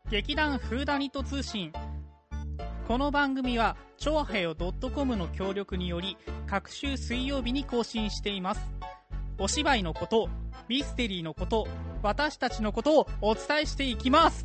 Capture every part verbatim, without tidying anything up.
劇団フーダニット通信。この番組はチョアヘヨ .com の協力により各週水曜日に更新しています。お芝居のこと、ミステリーのこと、私たちのことをお伝えしていきます。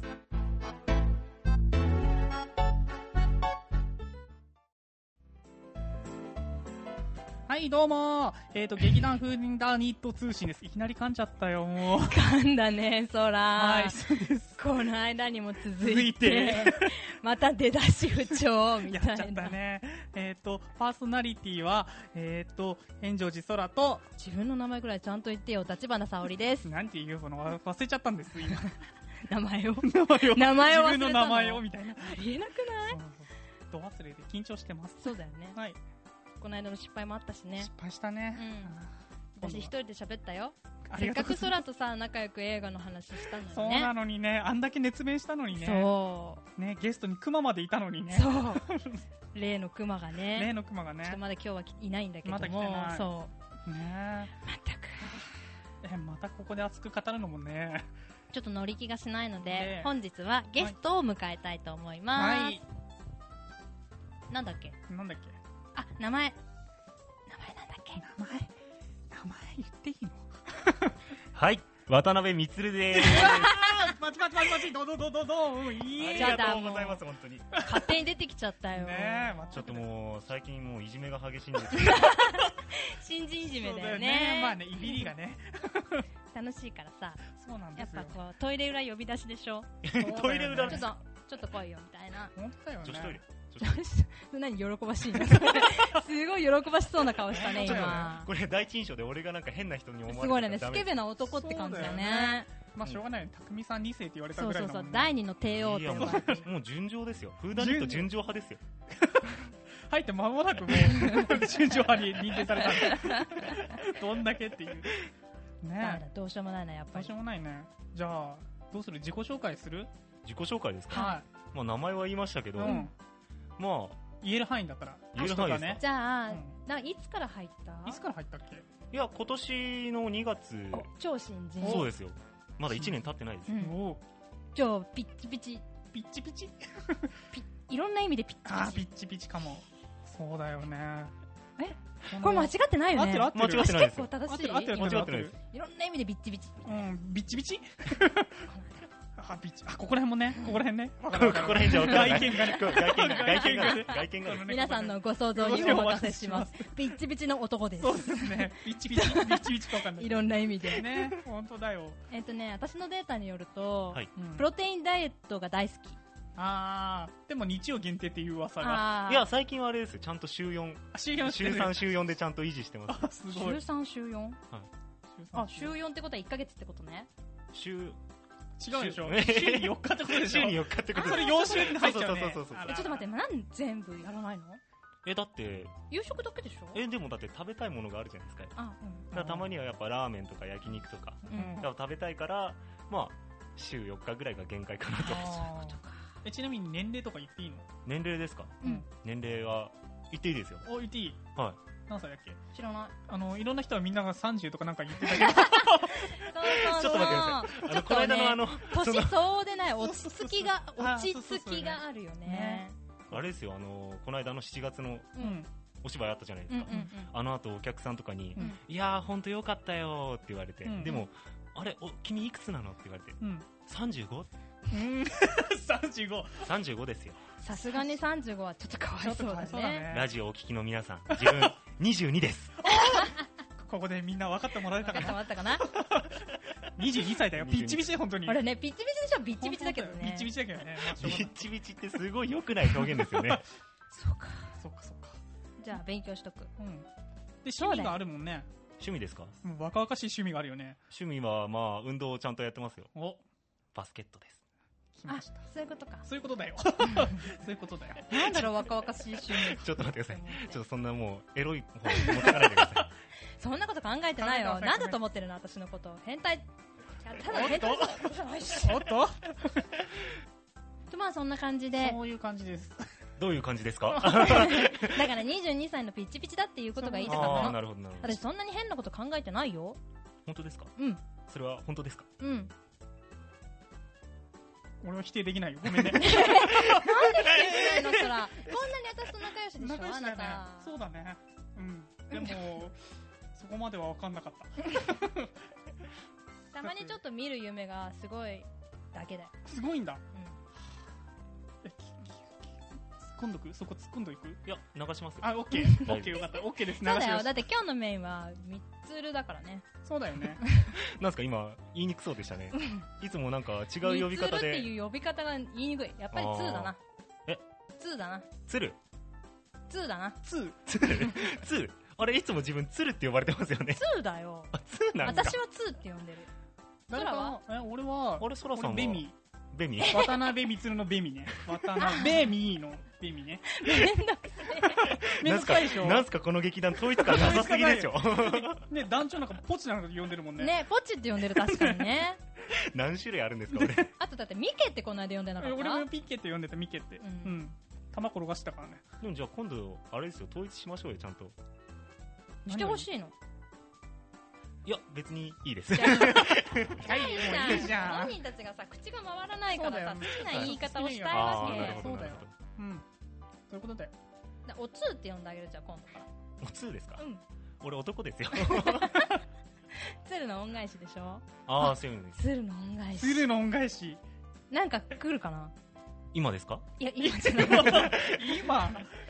はいどうもえっ、ー、と劇団フーダニット通信です。いきなり噛んじゃったよもう。 噛んだねそら。 はいそうです。 この間にも続いてまた出だし不調みたいな。 やっちゃったね。えっ、ー、とパーソナリティはえっ、ー、と炎上寺空と自分の名前ぐらいちゃんと言ってよ。立花沙織です。 なんていうの忘れちゃったんです今。 名前を名前を名前を忘れたの。 自分の名前をみたいな。 ありえなくない？ そうそうど忘れで緊張してます。 そうだよね。 はい。 この間の失敗もあったしね。 失敗したね。 うん。私一人で喋ったよ。せっかく空とさ仲良く映画の話したのにね。 そうなのにね。あんだけ熱弁したのにね。 そうねゲストにクマまでいたのにね。 そう。例のクマがね。 例のクマがね。 ちょっとまだ今日はいないんだけども。 まだ来てない。 そう。 ねまったく。 えまたここで熱く語るのもね。 ちょっと乗り気がしないので、 ね、 本日はゲストを迎えたいと思います。はい。なんだっけ？ なんだっけ？ あ、名前。名前なんだっけ？ 名前名前言っていいの？ はい、渡辺満でーす。 パチパチパチパチどどどどどいい。 ありがとうございます本当に。 勝手に出てきちゃったよ。 ねちょっともう最近もういじめが激しいんです。 新人いじめだよね。 そうだよねまあねいびりがね。 楽しいからさ。 そうなんですよ。 やっぱこうトイレ裏呼び出しでしょ。 トイレ裏ちょっとちょっと来いよみたいな。 本当だよね。 女子トイレ。 何喜ばしいのすごい喜ばしそうな顔したね今。 これ第一印象で俺がなんか変な人に思われてすごいねスケベな男って感じだね。 まあしょうがないよ匠さんに世って言われたぐらいだもんね。 そうそうそうだいにの帝王って呼ばれてる。 もう純情ですよ。フーダニット純情派ですよ。 入って間もなくもう純情派に認定されたんだ。どんだけっていうね。どうしようもないなやっぱり。 どうしようもないね。じゃあどうする？自己紹介する？ 自己紹介ですか？ はい。 まあ名前は言いましたけど、まあ言える範囲だったら言える範囲ですか？ じゃあいつから入った？ いつから入ったっけ？ いや今年のにがつ。 超新人。 そうですよ。まだいちねん経ってないですよ。 じゃあピッチピチピッチピチいろんな意味でピッチピチ。 あーピッチピチかも。そうだよね。 えこれ間違ってないよね。 合ってる合ってる。 間違ってないです。 結構正しい。 合ってる合ってる合ってる。 いろんな意味でビッチビチ。 うんビッチビチあビッチあここら辺もねここら辺ね。 ここら辺じゃ分からない。 外見がね外見が外見が外見が皆さんのご想像にお任せします。ビッチビチの男です。 そうですね。ビッチビチビッチビチかわかんない。 いろんな意味でね本当だよ。 えっとね私のデータによると、 はい、 プロテインダイエットが大好き。 あーでも日曜限定っていう噂が。 いや最近はあれですよちゃんと週よん週よん週さん週よんでちゃんと維持してます。 すごい。 週さん週よん？はい。あ週よんってことはいっかげつってことね。 違週うでしょ。週によっかってことでしょ。 週によっかってことで。 それよん週に入っちゃうね。 そうそうそうそう。 えちょっと待ってなん全部やらないの？ えだって夕食だけでしょ？ えでもだって食べたいものがあるじゃないですか。 あ、うん、 だからたまにはやっぱラーメンとか焼肉とか、うん、だから食べたいからまあ週よっかぐらいが限界かなと。そういうことか。 えちなみに年齢とか言っていいの？ 年齢ですか？ うん。 年齢は言っていいですよ。 お言っていい？ はい。 何歳だっけ？ 知らない。 あのいろんな人はみんながさんじゅうとかなんか言ってたけど。 そうそうちょっと待ってください。あのこの間のあの年そうでない落ち着きが落ち着きがあるよね。 あれですよあのこの間のしちがつのお芝居あったじゃないですか。あの後お客さんとかにいやー本当良かったよって言われて、でもあれ君いくつなのって言われて、さんじゅうご？ さんじゅうご。 さんじゅうごですよ。 さすがにさんじゅうごはちょっとかわいそうだね。 ラジオをお聞きの皆さん、自分にじゅうにです。 ここでみんな分かってもらえたかな。 分かってもらったかな。 にじゅうにさいだよ。ピッチピチで本当に。 あれねピッチピチでしょ。ビッチビチだけどね。 ピッチビチだけどね。 ビッチビチってすごい良くない表現ですよね。 そうか。 そうかそうか。 じゃあ勉強しとく。 うん。で趣味があるもんね。 趣味ですか？ もう若々しい趣味があるよね。 趣味はまあ運動をちゃんとやってますよ。 お。 バスケットです。 あ、そういうことか。 そういうことだよ。そういうことだよ。 なんだろう若々しい趣味。 ちょっと待ってください。ちょっとそんなもうエロい方に持ってかないでください。 そんなこと考えてないよ。なんだと思ってるの私のこと。変態。ただ変態じゃないし。 おっと。 とまあそんな感じで。 そういう感じです。 どういう感じですか？ だからにじゅうにさいのピッチピチだっていうことが言いたかったの。 あ、なるほどなるほど。 私そんなに変なこと考えてないよ。 本当ですか？ うん。 それは本当ですか？ うん。 俺は否定できないよ。ごめんね。 なんで否定しないのそら。こんなに私と仲良しでしょ、 仲良しだよね。 あなた。 そうだね。うん。でも、そこまでは分かんなかった。 たまにちょっと見る夢がすごいだけだよ。 すごいんだ。 うん。 え、き、き、突っ込んどく？そこ突っ込んどいく？ いや、流しますよ。 あ、オッケー。オッケーよかった。オッケーです。流します。 そうだよ。だって今日のメインはみっつるだからね。 そうだよね。 なんすか今、言いにくそうでしたね。いつもなんか違う呼び方で。 みっつるっていう呼び方が言いにくい。やっぱりツーだな。 え？ ツーだな。 ツル。 ツーだな。 ツー。 ツル。ツー。あれ、いつも自分ツルって呼ばれてますよね。 ツーだよ。 あ、ツーなんだ。 私はツーって呼んでる。 誰かえ、俺は、 あれ、ソラさんはベミ。 ベミ。 渡辺光のベミね。渡辺ミのベミね。 めんどくせえ。めんどくさいでしょ。 なんすかこの劇団統一感なさすぎでしょ。 ね、団長なんかポチなんか呼んでるもんね。 ね、ポチって呼んでる確かにね。 何種類あるんですか俺。 あとだってミケってこの間呼んでなかった？ 俺もピッケって呼んでた、ミケって。うん。玉転がしたからね。 でもじゃあ今度、あれですよ、統一しましょうよ、ちゃんと。 してほしいの？ いや、別にいいです。 はい、もういいじゃん。 本人たちがさ、口が回らないからさ、好きな言い方をしたいわけ。 そうだよ。 うん。そういうことだよ。 おつーって呼んであげるじゃん、今度から。 おつーですか？ うん。 俺男ですよ。 鶴の恩返しでしょ？ ああ、そういうのです。 鶴の恩返し。 鶴の恩返し。 なんか来るかな？ 今ですか？ いや、今じゃない。 今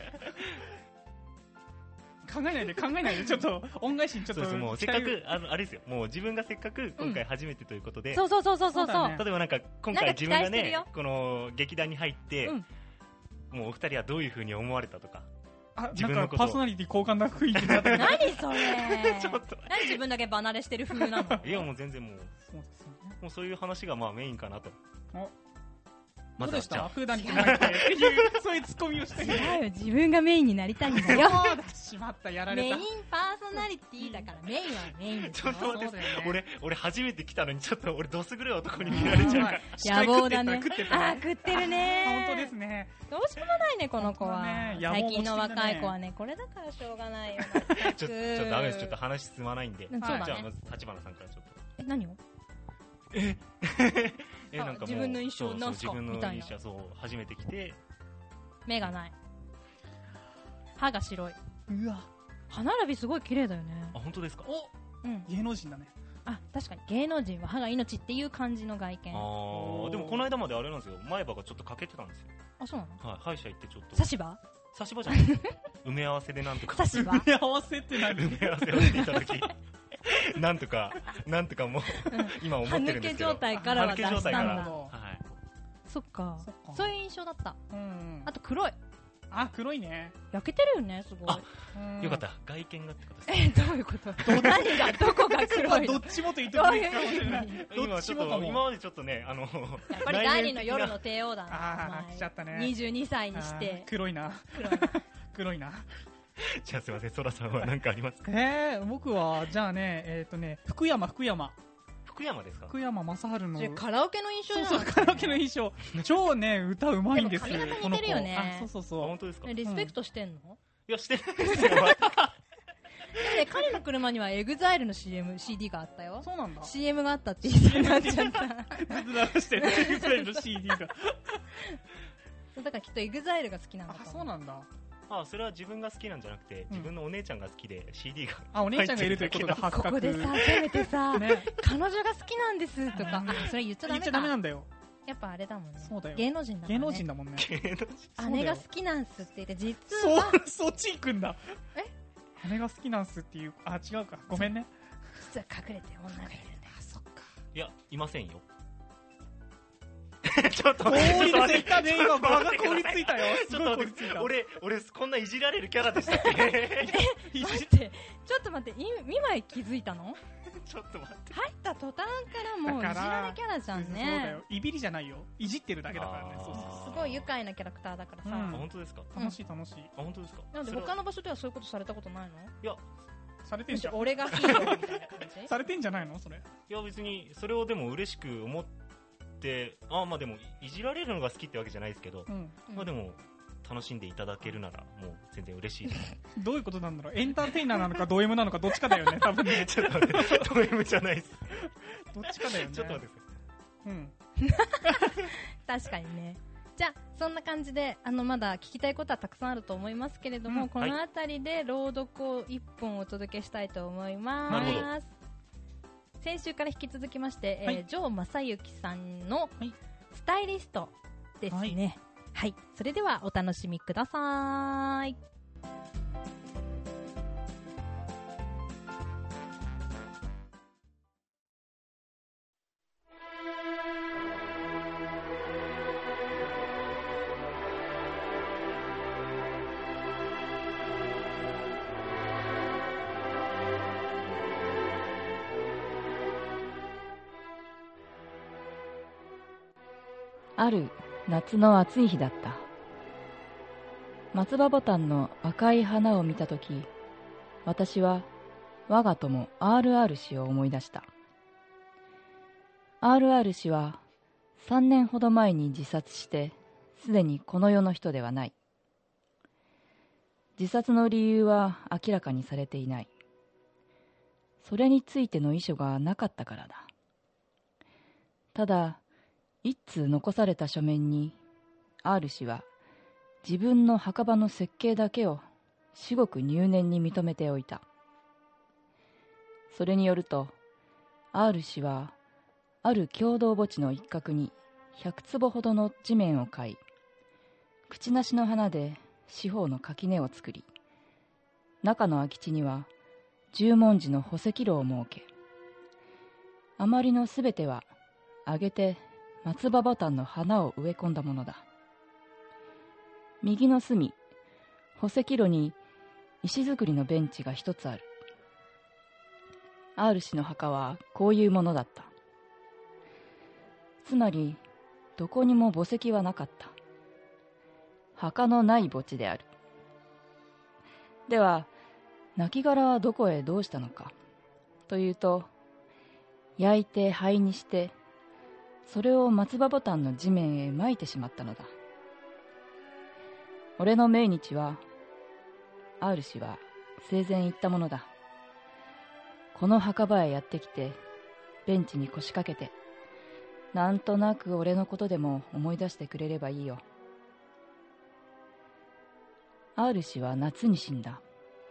考えないで考えないでちょっと恩返しにちょっとそうです。もうせっかくあのあれですよ、もう自分がせっかく今回初めてということで、 そうそうそうそうそう、ね、 例えばなんか今回自分がねこの劇団に入って、うん、もうお二人はどういう風に思われたとか、 あ、自分のことパーソナリティ交換な雰囲気になってる。 何それちょっと何自分だけ離れしてる風なの？ いやもう全然もうそうですよね。 もうそういう話がまあメインかなと。 おまずはじゃあ普段に入ってっていうそういうツッコミをして違うよ、自分がメインになりたいんだよ。 しまった、やられた。 メインパーソナリティだからメインはメインですよ。ちょっと待って、ね、俺俺初めて来たのにちょっと俺どす黒い男に見られちゃうから。 野望だね。 食ってたあ、食ってるね。 本当ですね。 どうしようもないねこの子は。ね、最近の若い子はね、これだからしょうがないよ。 ちょっとダメです、ちょっと話進まないんで。 そうだね、 じゃあまず立花さんからちょっと。 え、何を？ ええなんかもう自分の印象なんすかみたいな。 自分の印象、 そう初めて来て目がない、歯が白い。 うわ、 歯並びすごい綺麗だよね。 あ、本当ですか？ お、 うん、 芸能人だね。 あ、確かに芸能人は歯が命っていう感じの外見。 あー、でもこの間まであれなんですよ、前歯がちょっと欠けてたんですよ。 あ、そうなの？ はい、歯医者行ってちょっと差し歯？ 差し歯じゃない埋め合わせでなんとか差し歯？ 埋め合わせって何？ 埋め合わせをしていただきなんとかなんとかもう、うん、今思ってるんですけど、 歯抜け状態からは出したんだ。 はい、 そっか、そっか、そういう印象だった。うん、うん、あと黒い。 あ、黒いね。 焼けてるよね、すごい。 あ、よかった。外見がってことですね。え、どういうこと？何がどこが黒いの？ どっちもと言ってもいいかもしれない。 今ちょっと今までちょっとね、あのやっぱり第二の夜の帝王だな。 ああ、来ちゃったね。 にじゅうにさいにして黒いな。 黒いな。 黒いな。 じゃあすいません、ソラさんは何かありますか？ えー、僕はじゃあね、えっとね、福山福山。 福山ですか？ 福山雅治のカラオケの印象じゃない？ そうそう、カラオケの印象。超ね、歌うまいんです。 髪型似てるよね。 あ、そうそうそう。 本当ですか？ リスペクトしてんの？ いや、してないですよ。 で、彼の車にはエグザイルの シーエム、シーディー があったよ。 そうなんだ。 シーエム があったって言いそうになっちゃった。 ずらしてね、エグザイルの シーディー が。 だからきっとエグザイルが好きなんだと思う。 あ、そうなんだ。 ああ、それは自分が好きなんじゃなくて、自分のお姉ちゃんが好きで シーディー が、 あ、お姉ちゃんがいるということが発覚。 ここでさ、せめてさ、ね、彼女が好きなんですとか、あ、それ言っちゃダメか。 言っちゃダメなんだよ。 やっぱあれだもんね。 そうだよ。 芸能人だもんね。 芸能人だもんね。 芸能人。 姉が好きなんすって言って、実は。 そ、そっち行くんだ。 え？ 姉が好きなんすっていう、あ、違うか。ごめんね。 実は隠れて女がいるんだよ。 あ、そっか。 いや、いませんよ。ちょっと凍りついたね、今、場が凍りついたよ。 ちょっと待って、俺、俺、こんないじられるキャラでしたっけ？ え、待って、ちょっと待って、今気づいたの？ ちょっと待って。 入った途端からもういじられキャラじゃんね。そうだよ。いびりじゃないよ。いじってるだけだからね。そうそう。 すごい愉快なキャラクターだからさ。 本当ですか？ 楽しい楽しい。 あ、本当ですか？ なんで他の場所ではそういうことされたことないの？ いや、 されてんじゃん。 俺がヒーローみたいな感じ？ されてんじゃないのそれ？ いや、別に、それをでも嬉しく思って、ああ、まあでも、いじられるのが好きってわけじゃないですけど、まあでも、楽しんでいただけるならもう全然嬉しいです。 どういうことなんだろう、エンターテイナーなのかド M なのかどっちかだよね、多分ね。 ちょっと待って、ド M じゃないです。 どっちかだよね。 ちょっと待ってください。 うん。 確かにね。じゃあそんな感じで、あのまだ聞きたいことはたくさんあると思いますけれども、うん、このあたりで朗読をいっぽんお届けしたいと思います。なるほど。先週から引き続きまして、はい、えー、城正幸さんのスタイリストですね。はい、はい、それではお楽しみください。 ある夏の暑い日だった。松葉ボタンの赤い花を見たとき、私は我が友 アールアール 氏を思い出した。アールアール 氏はさんねんほど前に自殺して、すでにこの世の人ではない。自殺の理由は明らかにされていない。それについての遺書がなかったからだ。ただ、一通残された書面に、R 氏は自分の墓場の設計だけを至極入念に認めておいた。それによると、R 氏はある共同墓地の一角にひゃくつぼほどの地面を買い、口なしの花で四方の垣根を作り、中の空き地には十文字の宝石炉を設け、あまりのすべてはあげて松葉ボタンの花を植え込んだものだ。右の隅、宝石炉に石造りのベンチが一つある。R 氏の墓はこういうものだった。つまり、どこにも墓石はなかった。墓のない墓地である。では、亡骸はどこへどうしたのかというと、焼いて灰にして、それを松葉ボタンの地面へ撒いてしまったのだ。俺の命日は、R 氏は生前言ったものだ。この墓場へやってきて、ベンチに腰掛けて、なんとなく俺のことでも思い出してくれればいいよ。R 氏は夏に死んだ。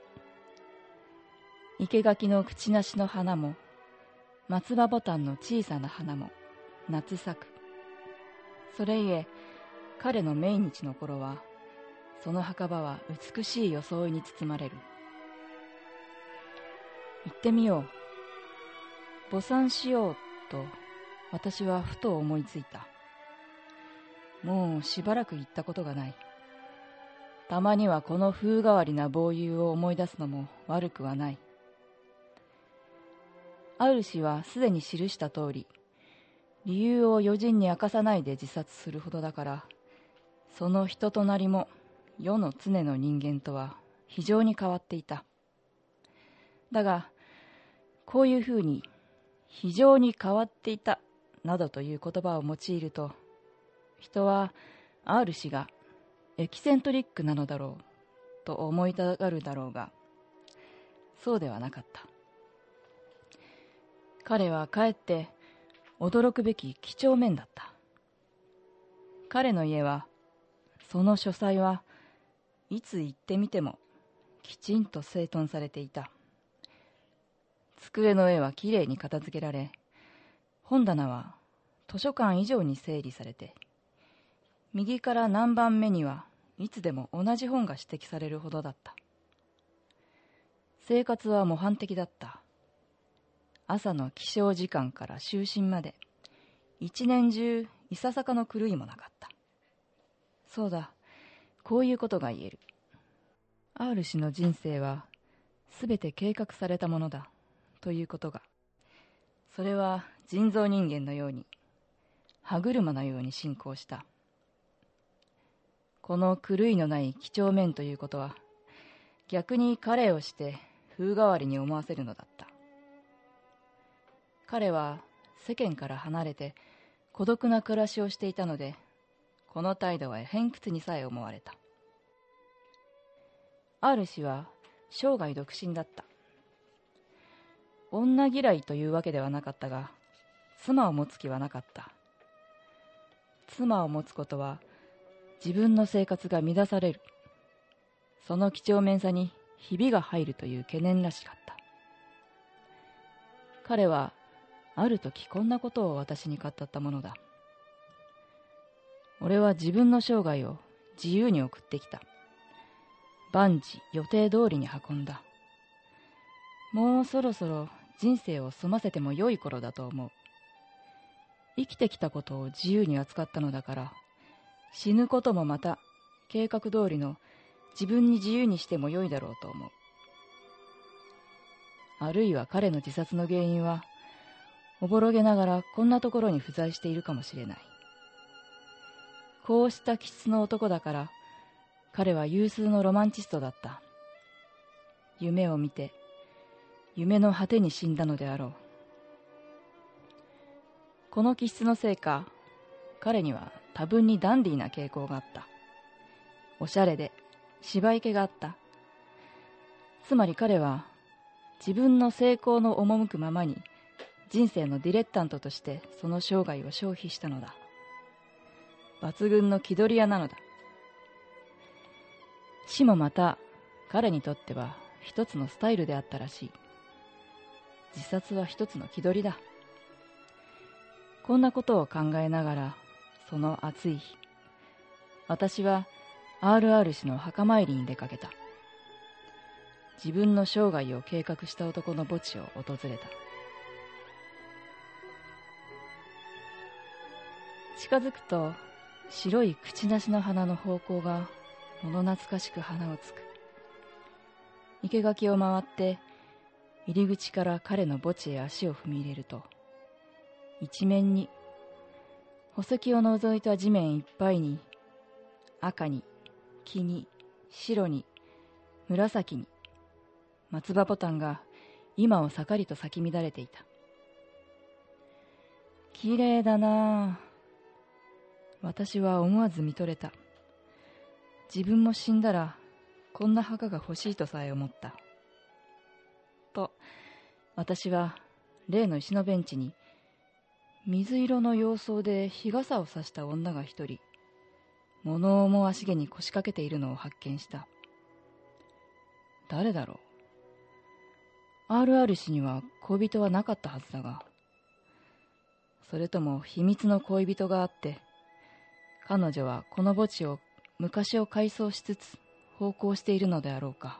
生垣の口なしの花も、松葉ボタンの小さな花も、夏咲く。それゆえ、彼の命日の頃は、その墓場は美しい装いに包まれる。行ってみよう。墓参しようと、私はふと思いついた。もうしばらく行ったことがない。たまにはこの風変わりな傍遊を思い出すのも悪くはない。ある氏はすでに記した通り、理由を余人に明かさないで自殺するほどだから、その人となりも世の常の人間とは非常に変わっていた。だが、こういうふうに非常に変わっていたなどという言葉を用いると、人は R 氏がエキセントリックなのだろうと思いたがるだろうが、そうではなかった。彼はかえって驚くべき几帳面だった。彼の家は、その書斎はいつ行ってみてもきちんと整頓されていた。机の上はきれいに片付けられ、本棚は図書館以上に整理されて、右から何番目にはいつでも同じ本が指摘されるほどだった。生活は模範的だった。朝の起床時間から就寝まで、一年中いささかの狂いもなかった。そうだ、こういうことが言える。R 氏の人生はすべて計画されたものだということが、それは人造人間のように、歯車のように進行した。この狂いのない几帳面ということは、逆に彼をして風変わりに思わせるのだった。彼は世間から離れて孤独な暮らしをしていたので、この態度は偏屈にさえ思われた。R氏は生涯独身だった。女嫌いというわけではなかったが、妻を持つ気はなかった。 妻を持つことは自分の生活が乱される、その几帳面さにひびが入るという懸念らしかった。彼はある時こんなことを私に語ったものだ。俺は自分の生涯を自由に送ってきた。万事予定通りに運んだ。もうそろそろ人生を済ませても良い頃だと思う。生きてきたことを自由に扱ったのだから、死ぬこともまた計画通りの自分に自由にしても良いだろうと思う。あるいは彼の自殺の原因は、おぼろげながらこんなところに不在しているかもしれない。こうした気質の男だから、彼は有数のロマンチストだった。夢を見て、夢の果てに死んだのであろう。この気質のせいか、彼には多分にダンディーな傾向があった。おしゃれで芝居気があった。つまり彼は自分の成功の赴くままに人生のディレッタントとしてその生涯を消費したのだ。抜群の気取り屋なのだ。死もまた彼にとっては一つのスタイルであったらしい。自殺は一つの気取りだ。こんなことを考えながら、その暑い日、私は アールアール 氏の墓参りに出かけた。自分の生涯を計画した男の墓地を訪れた。近づくと、白い口なしの花の方向が物懐かしく花をつく。生垣を回って入り口から彼の墓地へ足を踏み入れると、一面に宝石を除いた地面いっぱいに、赤に黄に白に紫に松葉ボタンが今を盛りと咲き乱れていた。きれいだなあ。私は思わず見とれた。自分も死んだらこんな墓が欲しいとさえ思った。と、私は例の石のベンチに水色の洋装で日傘を差した女が一人、物思わしげに腰掛けているのを発見した。誰だろう。 アールアール 氏には恋人はなかったはずだが、それとも秘密の恋人があって、彼女はこの墓地を昔を改装しつつ奉公しているのであろうか。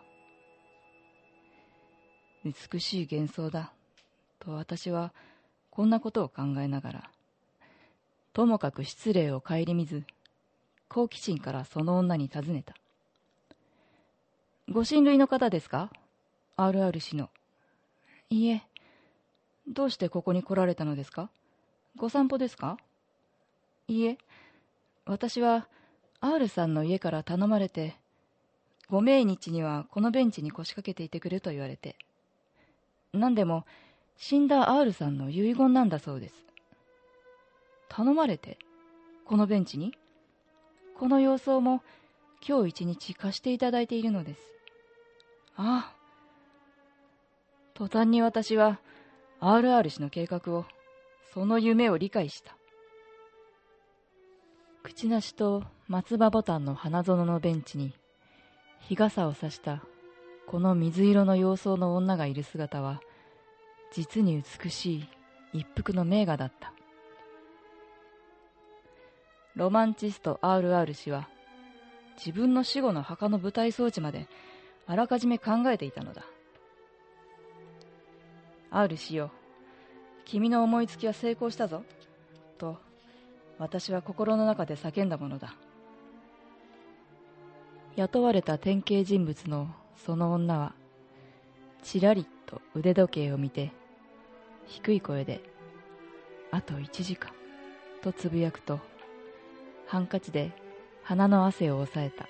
美しい幻想だと私はこんなことを考えながら、ともかく失礼を顧みず、好奇心からその女に尋ねた。ご親類の方ですか？ アールアール 氏の。いいえ。どうしてここに来られたのですか？ご散歩ですか？いいえ。私は R さんの家から頼まれて、ご命日にはこのベンチに腰掛けていてくれと言われて。何でも死んだ R さんの遺言なんだそうです。頼まれてこのベンチに？この様相も今日一日貸していただいているのです。ああ。途端に私は アールアール 氏の計画を、その夢を理解した。口なしと松葉ボタンの花園のベンチに日傘を差したこの水色の洋装の女がいる姿は、実に美しい一幅の名画だった。ロマンチスト アールアール 氏は自分の死後の墓の舞台装置まであらかじめ考えていたのだ。R 氏よ、君の思いつきは成功したぞと私は心の中で叫んだものだ。雇われた典型人物のその女はちらりと腕時計を見て、低い声であといちじかんとつぶやくと、ハンカチで鼻の汗を抑えた。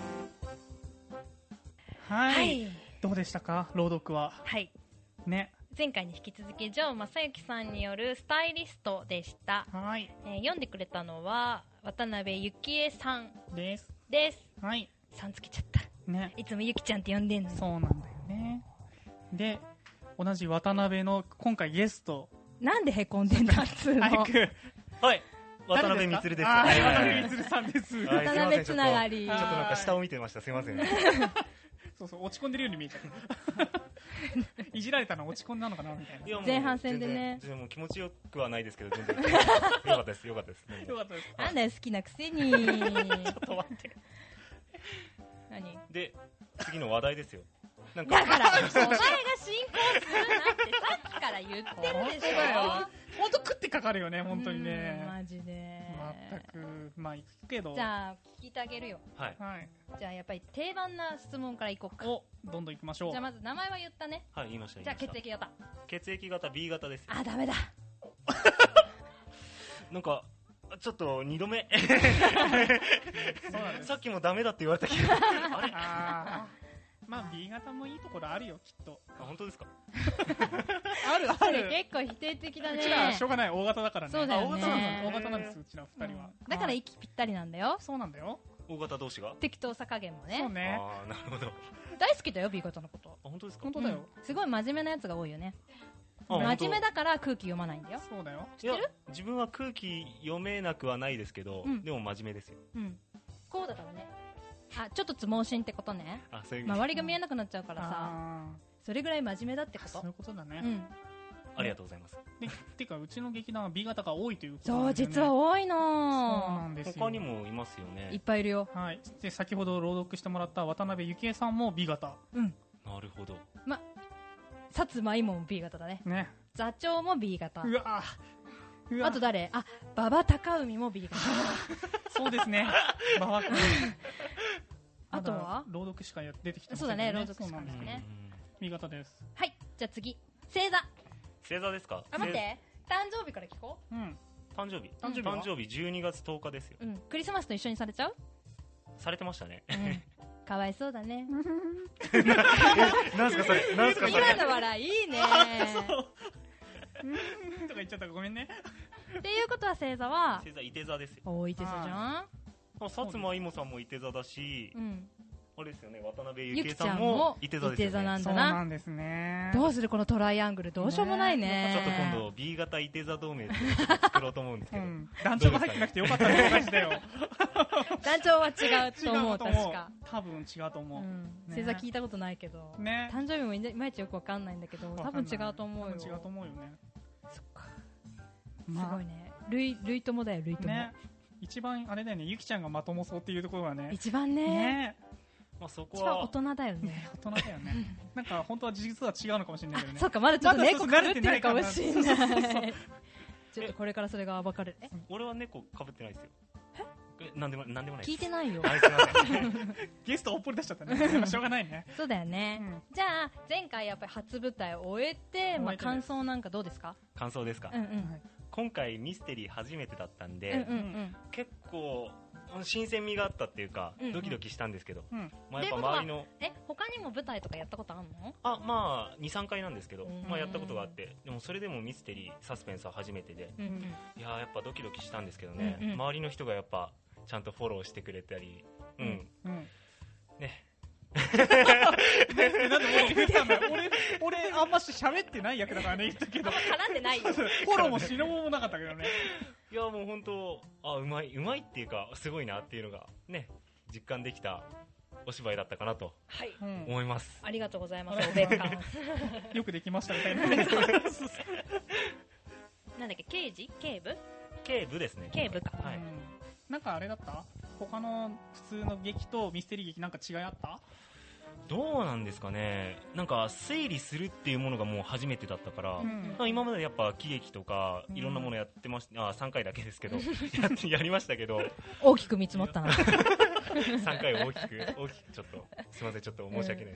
はい、はい、どうでしたか朗読は。 はいね、 前回に引き続き城正幸さんによるスタイリストでした。 はい、 えー、読んでくれたのは渡辺ゆきえさんですです。 はい、 さんつけちゃった、 ね、 いつもゆきちゃんって呼んでんのに。 そうなんだよね。で同じ渡辺の今回ゲスト、 なんでへこんでんだっつうの。 早く。 はい、渡辺満です。 あ、はい、渡辺満さんです。 渡辺つながり。 ちょっとなんか下を見てました。すいません。 そうそう、落ち込んでるように見えちゃう。いじられたの落ち込んだのかなみたいな。いや前半戦でね。 全然もう気持ちよくはないですけど、全然よかったです。よかったです。 よかったです。 なんだよ好きなくせに。 ちょっと待って。 何？ で次の話題ですよ。 なんかだからお前が進行するなってさっきから言ってるでしょ。 本当食ってかかるよね、本当にね。 マジで。 全くまあ行くけど。 じゃあ聞いてあげるよ。 はい。 じゃあやっぱり定番な質問からいこうか。 お、どんどん行きましょう。 じゃあまず名前は言ったね。 はい、言いました。 じゃあ血液型。 血液型 ビー 型です。 あ、ダメだ。 なんかちょっとにどめ。さっきもダメだって言われたけど。あれ？ あまあ ビー 型もいいところあるよきっと。 あ、本当ですか？ あるある。 結構否定的だね。 うちらはしょうがない、大型だからね。 そうだよね。 大型なんです、うちら二人は。 だから息ぴったりなんだよ。 そうなんだよ。 大型同士が？ 適当さ加減もね。 そうね。 ああ、なるほど。 大好きだよ ビー 型のこと。 あ、本当ですか？ 本当だよ。 すごい真面目なやつが多いよね。真面目だから空気読まないんだよ。 そうだよ。 知ってる？ 自分は空気読めなくはないですけど、でも真面目ですよ。 うん。こうだからね。あ、ちょっとつ盲信ってことね。 あ、そういう周りが見えなくなっちゃうからさ、それぐらい真面目だってこと。 そういうことだね。 うん。 ありがとうございます。 で、てかうちの劇団は ビー 型が多いということそう、実は多いの。 そうなんですよ。 他にもいますよね。 いっぱいいるよ。 はい。で、先ほど朗読してもらった渡辺ゆきえさんも ビー 型。 うん。 なるほど。 ま、薩摩いもも ビー 型だね。 ね。 座長も ビー 型。 うわあと誰？あ、馬場高海も ビー 型。 そうですね。馬場君。 あとは朗読しか出てきてませんね。 そうだね、朗読しかですね。 ビー 型です。 はい、じゃあ次。星座。 星座ですか？ あ、待って。誕生日から聞こう。うん。 誕生日？ 誕生日誕生日じゅうにがつとおかですよ。 うん。クリスマスと一緒にされちゃう？ されてましたね。 かわいそうだね。 なんすかそれ？なんすかそれ？ 今の笑いいいね。 とか言っちゃったごめんね。 っていうことは星座は？ 星座いて座ですよ。 おー、いて座じゃん。 薩摩いもさんもいて座だし、 うん、 あれですよね、渡辺ゆきえさんもいて座ですよね。 いて座なんだな。 そうなんですね。 どうするこのトライアングル、どうしようもないね。 ちょっと今度 ビー 型いて座同盟って作ろうと思うんですけど、うん、 団長が入ってなくてよかったね。マジだよ。 団長は違うと思う。確か多分違うと思う。 星座聞いたことないけど、 ね、 誕生日もいまいちよくわかんないんだけど、多分違うと思うよ。 違うと思うよね。 そっか、すごいね。類類友だよ、類友。ね、 一番あれだよね、ゆきちゃんがまともそうっていうところがね。 一番ね。 ね、 まあそこは一番大人だよね。 大人だよね。なんか本当は実は違うのかもしれないけどね。 そうか、まだちょっと猫かぶってるかもしれない。ちょっとこれからそれが暴かれる。え、 俺は猫かぶってないですよ。え、なんでもなんでもない。 聞いてないよ。 ゲストおっぽり出しちゃったね。しょうがないね。 そうだよね。じゃあ前回やっぱり初舞台を終えて、まあ感想なんかどうですか？ 感想ですか？ うんうん。 今回ミステリー初めてだったんで、結構新鮮味があったっていうか、ドキドキしたんですけど、まあやっぱ周りの、 え、他にも舞台とかやったことあるの？ あ、まあに、さんかいなんですけど、まあやったことがあって、でもそれでもミステリーサスペンスは初めてで、いややっぱドキドキしたんですけどね、周りの人がやっぱちゃんとフォローしてくれたり、うん、ね。 なんで俺言ったんだよ。俺、俺あんまし喋ってない役だからね、言ったけど。 絡んでないよ。 フォローもしのももなかったけどね。 いやもう本当、あ、うまい、うまいっていうか、すごいなっていうのがね、実感できたお芝居だったかなと思います。 ありがとうございます。おべっかん。 よくできましたみたいな。 なんだっけ、刑事？警部？ 警部ですね。 警部か。 はい。 なんかあれだった？他の普通の劇とミステリー劇なんか違いあった？ どうなんですかね。なんか推理するっていうものがもう初めてだったから、うん、今までやっぱ喜劇とかいろんなものやってまし、うん、あさんかいだけですけどや, やりましたけど大きく見積もったな。 さんかい大きく大きくちょっとすいません、ちょっと申し訳ないです。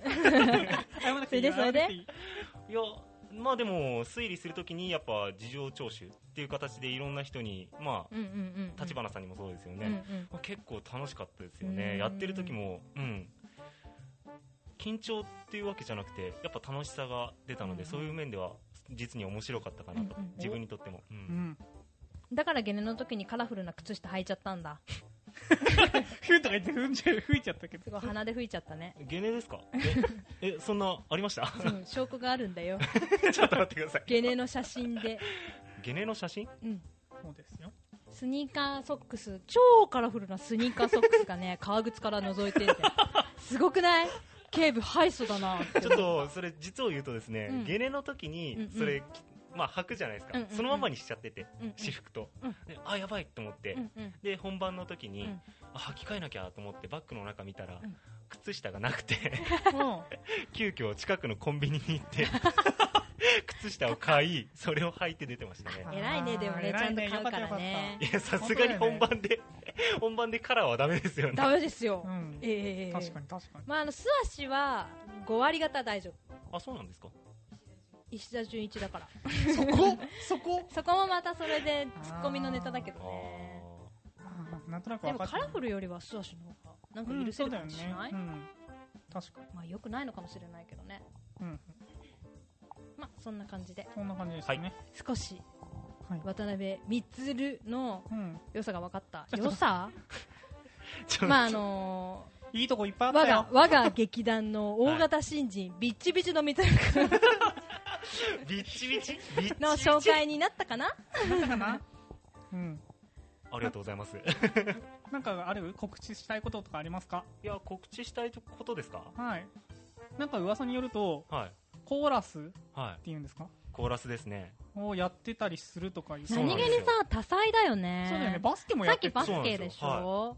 それでそれでいやまあでも推理するときにやっぱ事情聴取っていう形でいろんな人に、まあ立花さんにもそうですよね、うんうんまあ、結構楽しかったですよね。やってる時も、うん、緊張っていうわけじゃなくてやっぱ楽しさが出たので、うん、そういう面では実に面白かったかなと、うんうん、自分にとっても、うんうん、 だからゲネの時にカラフルな靴下履いちゃったんだふんとか言ってふんじゃ吹いちゃったけど、 すごい鼻で吹いちゃったね。 ゲネですか？ええそんなありました？ そう証拠があるんだよちょっと待ってください。 ゲネの写真で。 ゲネの写真？ うん、そうですよ。 スニーカーソックス、超カラフルなスニーカーソックスがね革靴から覗いてるんですごくない？警部ハイソだなって。 ちょっとそれ実を言うとですね、うん、ゲネの時にそれ、うんうん、まあ履くじゃないですか、うんうんうん、そのままにしちゃってて、うんうん、私服と、うん、であやばいと思って、うんうん、で本番の時に、うん、あ履き替えなきゃと思ってバッグの中見たら、うん、靴下がなくて急遽近くのコンビニに行って靴下を買いそれを履いて出てましたね。 偉いね。でもねちゃんと買うからね。 いやさすがに本番で、ね、本番でカラーはダメですよね。 ダメですよ、 うん、 えー、 確かに確かに。 まあ、あの素足はご割方大丈夫。 あ、そうなんですか。 石田純一だからそこそこそこもまたそれでツッコミのネタだけどね。 なんとなく分かってる。 でもカラフルよりは素足の方がなんか許せるかもしれない、うんねうん、 確かに。 まあ良くないのかもしれないけどね、うん、まあそんな感じでそんな感じですね、 はい、少し渡辺満の良さが分かった、うん、良さまああのー、いいとこいっぱいあったよ。 我が、我が劇団の大型新人、はい、ビッチビチの三つビッチビチの紹介になったかななったかなうん。 ありがとうございますなんかある告知したいこととかありますか？ いや告知したいことですか？ はい。なんか噂によると、はい、コーラスっていうんですか、はい、 コーラスですねをやってたりするとかいう。 何気にさ多彩だよね。 そうだよね。バスケもやってる。 さっきバスケでしょ、はい、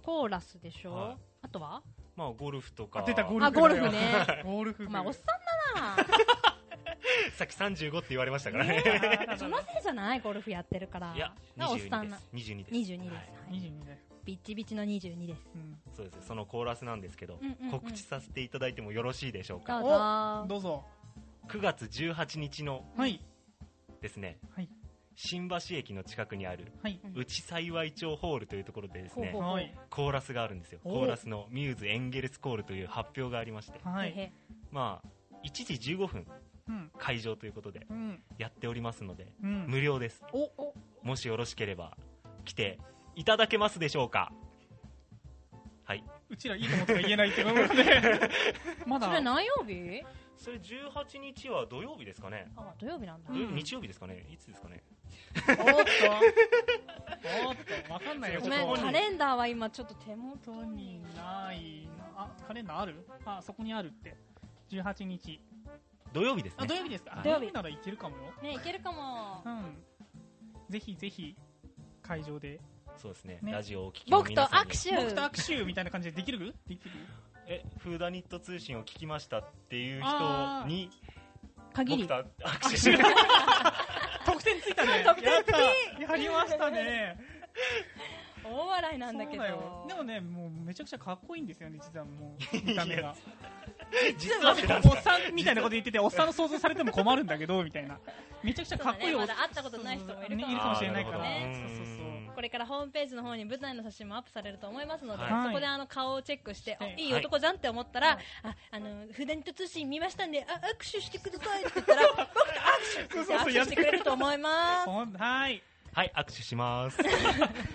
コーラスでしょ、はい、あとはまあゴルフとか。 あ出たゴルフ。 あゴルフねゴルフ。 まあおっさんだなさっきさんじゅうごって言われましたからねそのせいじゃない？ゴルフやってるから。 いやにじゅうにです。にじゅうにです。 にじゅうにです、はい、 にじゅうにです。 ビッチビチのにじゅうにです、 うん、そうです。そのコーラスなんですけど、うんうんうん、告知させていただいてもよろしいでしょうか？ どうぞどうぞ。 くがつじゅうはちにちの、はい、ですね、はい、新橋駅の近くにある、はい、内幸町ホールというところでですね、はい、コーラスがあるんですよ。コーラスのミューズエンゲルスコールという発表がありまして、はい、まあいちじじゅうごふん、うん、会場ということでやっておりますので、うん、無料です。おおもしよろしければ来ていただけますでしょうか？はい。 うちらいいと思って言えないってことでまだそれ何曜日？ それじゅうはちにちは土曜日ですかね。 あ、土曜日なんだ。 日曜日ですかね。いつですかね。 おっとおっとわかんないよ。 ごめん、カレンダーは今ちょっと手元にないな。あ、カレンダーある？あ、そこにあるって。じゅうはちにち土曜日ですね。 あ、土曜日ですか。 土曜日ならいけるかもよ。 ね、いけるかも。うん。 ぜひぜひ会場で。 そうですね。ねラジオを聞きの皆さんに。 僕と握手。 僕と握手みたいな感じでできる？できる？ え、フーダニット通信を聞きましたっていう人に限り僕と握手得点ついたね。 得点つきやりましたね。 大笑いなんだけど。 でもね、もうめちゃくちゃかっこいいんですよね、実はもう見た目が。 実はおっさんみたいなこと言ってて、おっさんの想像されても困るんだけどみたいな。めちゃくちゃかっこいい。 まだ会ったことない人もいるかも、 ね、いるかもしれないからね。 そうそうそう。これからホームページの方に舞台の写真もアップされると思いますので、はい、そこであの顔をチェックして、はい、いい男じゃんって思ったら、はい、あ、あのフーダニット通信見ましたんで、あ、握手してくださいって言ったら僕と握手って握手してくれると思いますはいはい握手しますそれで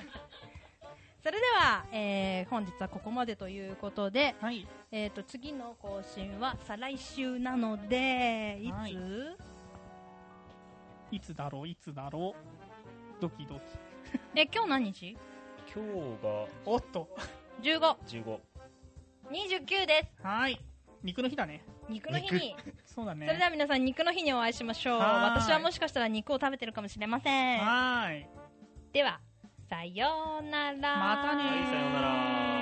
は、えー、本日はここまでということで、はい、えーと次の更新は再来週なのでいつ、はい、 いつだろういつだろうドキドキえ、今日何日？ 今日がおっとじゅうご、 じゅうご、 にじゅうくです。 はい、肉の日だね。 肉の日にそうだね。 それでは皆さん肉の日にお会いしましょう。私はもしかしたら肉を食べてるかもしれません。 はい。 ではさようなら。 またねー。 はい、さようなら。